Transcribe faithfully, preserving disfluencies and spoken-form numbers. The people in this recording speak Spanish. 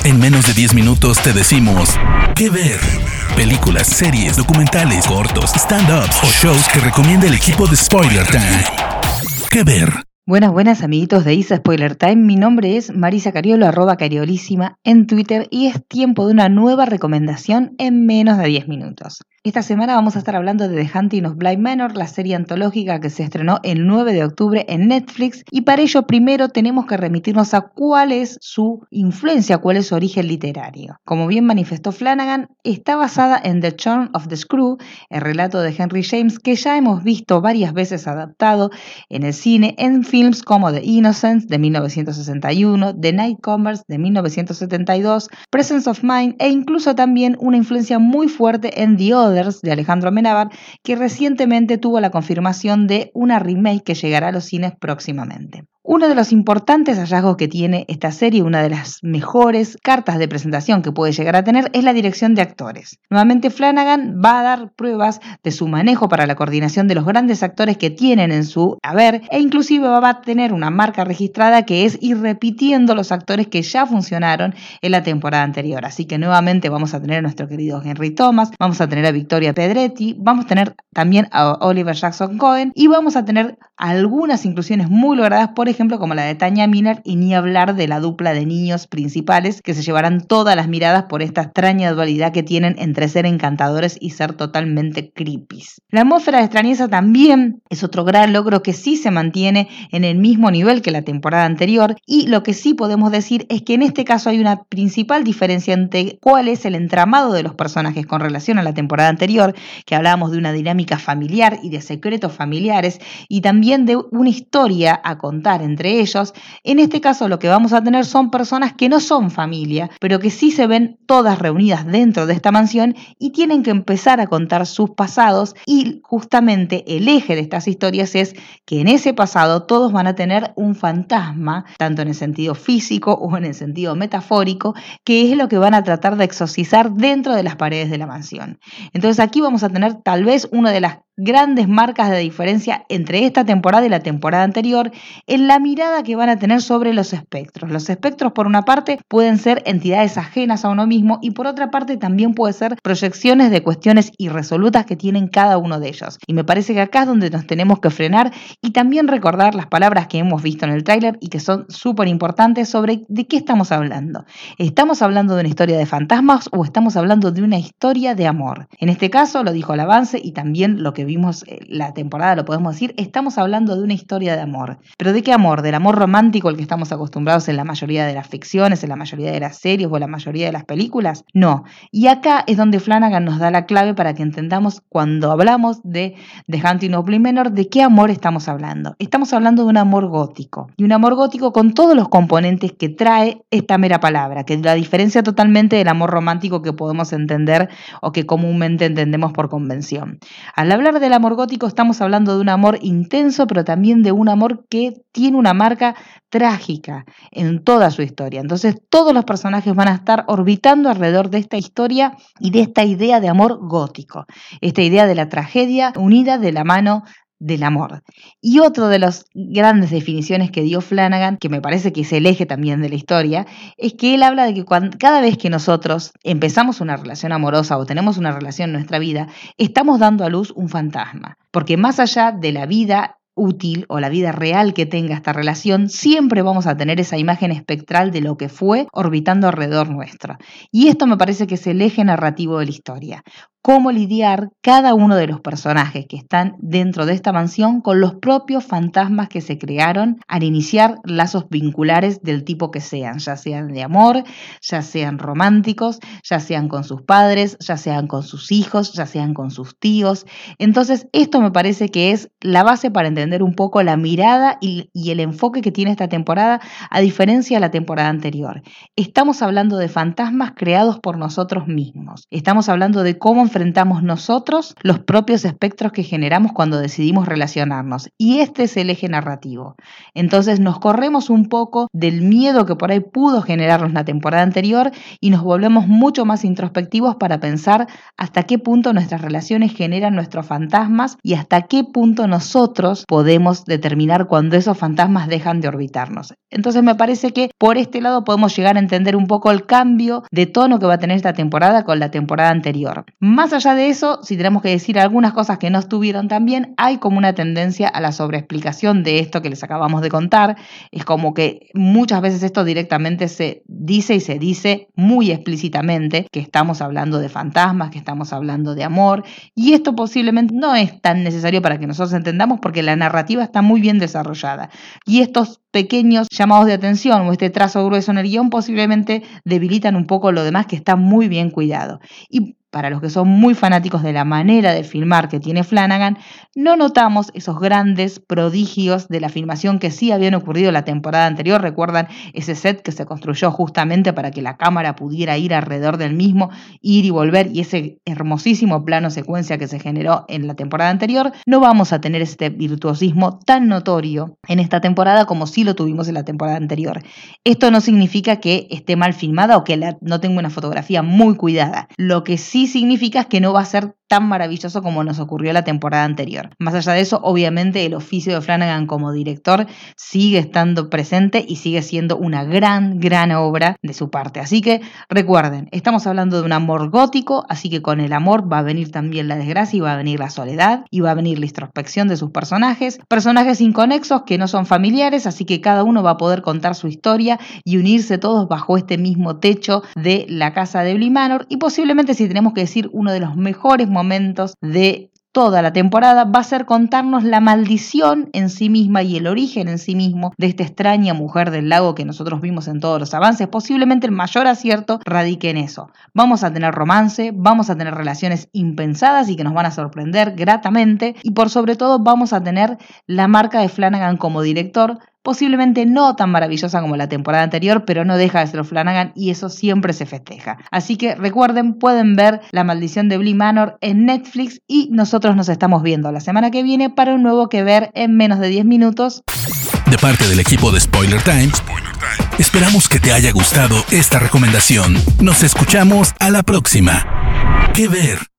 En menos de diez minutos te decimos qué ver. Películas, series, documentales, cortos, stand-ups o shows que recomienda el equipo de Spoiler Time. ¿Qué ver? Buenas, buenas amiguitos de Isa Spoiler Time, mi nombre es Marisa Cariolo, arroba cariolísima en Twitter y es tiempo de una nueva recomendación en menos de diez minutos. Esta semana vamos a estar hablando de The Hunting of Bly Manor, la serie antológica que se estrenó el nueve de octubre en Netflix, y para ello primero tenemos que remitirnos a cuál es su influencia, cuál es su origen literario. Como bien manifestó Flanagan, está basada en The Churn of the Screw, el relato de Henry James que ya hemos visto varias veces adaptado en el cine en films como The Innocents de mil novecientos sesenta y uno, The Nightcomers de mil novecientos setenta y dos, Presence of Mind e incluso también una influencia muy fuerte en The Other de Alejandro Amenábar, que recientemente tuvo la confirmación de una remake que llegará a los cines próximamente. Uno de los importantes hallazgos que tiene esta serie, una de las mejores cartas de presentación que puede llegar a tener, es la dirección de actores. Nuevamente Flanagan va a dar pruebas de su manejo para la coordinación de los grandes actores que tienen en su haber e inclusive va a tener una marca registrada que es ir repitiendo los actores que ya funcionaron en la temporada anterior. Así que nuevamente vamos a tener a nuestro querido Henry Thomas, vamos a tener a Victoria Pedretti, vamos a tener también a Oliver Jackson Cohen y vamos a tener algunas inclusiones muy logradas, por ejemplo como la de Tanya Miller, y ni hablar de la dupla de niños principales que se llevarán todas las miradas por esta extraña dualidad que tienen entre ser encantadores y ser totalmente creepies. La atmósfera de extrañeza también es otro gran logro que sí se mantiene en el mismo nivel que la temporada anterior, y lo que sí podemos decir es que en este caso hay una principal diferencia entre cuál es el entramado de los personajes con relación a la temporada anterior, que hablábamos de una dinámica familiar y de secretos familiares y también de una historia a contar entre ellos. En este caso lo que vamos a tener son personas que no son familia, pero que sí se ven todas reunidas dentro de esta mansión y tienen que empezar a contar sus pasados, y justamente el eje de estas historias es que en ese pasado todos van a tener un fantasma, tanto en el sentido físico o en el sentido metafórico, que es lo que van a tratar de exorcizar dentro de las paredes de la mansión. Entonces aquí vamos a tener tal vez una de las grandes marcas de diferencia entre esta temporada y la temporada anterior en la mirada que van a tener sobre los espectros. Los espectros, por una parte, pueden ser entidades ajenas a uno mismo y por otra parte también pueden ser proyecciones de cuestiones irresolutas que tienen cada uno de ellos. Y me parece que acá es donde nos tenemos que frenar y también recordar las palabras que hemos visto en el tráiler y que son súper importantes sobre de qué estamos hablando. ¿Estamos hablando de una historia de fantasmas o estamos hablando de una historia de amor? En este caso, lo dijo el avance y también lo que vimos la temporada, lo podemos decir, estamos hablando de una historia de amor. ¿Pero de qué amor? ¿Del amor romántico al que estamos acostumbrados en la mayoría de las ficciones, en la mayoría de las series o en la mayoría de las películas? No. Y acá es donde Flanagan nos da la clave para que entendamos cuando hablamos de The Hunting of Bly Manor, de qué amor estamos hablando. Estamos hablando de un amor gótico. Y un amor gótico con todos los componentes que trae esta mera palabra, que la diferencia totalmente del amor romántico que podemos entender o que comúnmente entendemos por convención. Al hablar del amor gótico estamos hablando de un amor intenso, pero también de un amor que tiene una marca trágica en toda su historia. Entonces todos los personajes van a estar orbitando alrededor de esta historia y de esta idea de amor gótico, esta idea de la tragedia unida de la mano del amor. Y otra de las grandes definiciones que dio Flanagan, que me parece que es el eje también de la historia, es que él habla de que cuando, cada vez que nosotros empezamos una relación amorosa o tenemos una relación en nuestra vida, estamos dando a luz un fantasma, porque más allá de la vida útil o la vida real que tenga esta relación, siempre vamos a tener esa imagen espectral de lo que fue orbitando alrededor nuestro. Y esto me parece que es el eje narrativo de la historia. Cómo lidiar cada uno de los personajes que están dentro de esta mansión con los propios fantasmas que se crearon al iniciar lazos vinculares del tipo que sean, ya sean de amor, ya sean románticos, ya sean con sus padres, ya sean con sus hijos, ya sean con sus tíos. Entonces esto me parece que es la base para entender un poco la mirada y, y el enfoque que tiene esta temporada a diferencia de la temporada anterior. Estamos hablando de fantasmas creados por nosotros mismos. Estamos hablando de cómo enfrentar enfrentamos nosotros los propios espectros que generamos cuando decidimos relacionarnos. Y este es el eje narrativo. Entonces nos corremos un poco del miedo que por ahí pudo generarnos la temporada anterior y nos volvemos mucho más introspectivos para pensar hasta qué punto nuestras relaciones generan nuestros fantasmas y hasta qué punto nosotros podemos determinar cuando esos fantasmas dejan de orbitarnos. Entonces me parece que por este lado podemos llegar a entender un poco el cambio de tono que va a tener esta temporada con la temporada anterior. Más allá de eso, si tenemos que decir algunas cosas que no estuvieron tan bien, hay como una tendencia a la sobreexplicación de esto que les acabamos de contar. Es como que muchas veces esto directamente se dice y se dice muy explícitamente que estamos hablando de fantasmas, que estamos hablando de amor, y esto posiblemente no es tan necesario para que nosotros entendamos porque la narrativa está muy bien desarrollada. Y estos pequeños llamados de atención o este trazo grueso en el guión posiblemente debilitan un poco lo demás que está muy bien cuidado. Y para los que son muy fanáticos de la manera de filmar que tiene Flanagan, no notamos esos grandes prodigios de la filmación que sí habían ocurrido la temporada anterior. ¿Recuerdan ese set que se construyó justamente para que la cámara pudiera ir alrededor del mismo, ir y volver, y ese hermosísimo plano secuencia que se generó en la temporada anterior? No vamos a tener este virtuosismo tan notorio en esta temporada como sí lo tuvimos en la temporada anterior. Esto no significa que esté mal filmada o que la, no tenga una fotografía muy cuidada. Lo que sí significa es que no va a ser tan maravilloso como nos ocurrió la temporada anterior. Más allá de eso, obviamente el oficio de Flanagan como director sigue estando presente y sigue siendo una gran, gran obra de su parte. Así que recuerden, estamos hablando de un amor gótico, así que con el amor va a venir también la desgracia y va a venir la soledad y va a venir la introspección de sus personajes, personajes inconexos que no son familiares, así que cada uno va a poder contar su historia y unirse todos bajo este mismo techo de la casa de Bly Manor, y posiblemente, si tenemos que decir, uno de los mejores momentos de toda la temporada va a ser contarnos la maldición en sí misma y el origen en sí mismo de esta extraña mujer del lago que nosotros vimos en todos los avances. Posiblemente el mayor acierto radique en eso. Vamos a tener romance, vamos a tener relaciones impensadas y que nos van a sorprender gratamente, y por sobre todo vamos a tener la marca de Flanagan como director, posiblemente no tan maravillosa como la temporada anterior, pero no deja de ser Flanagan y eso siempre se festeja. Así que recuerden, pueden ver La Maldición de Bly Manor en Netflix y nosotros nos estamos viendo la semana que viene para un nuevo que ver en menos de diez minutos. De parte del equipo de Spoiler Time, esperamos que te haya gustado esta recomendación. Nos escuchamos a la próxima. ¿Qué ver?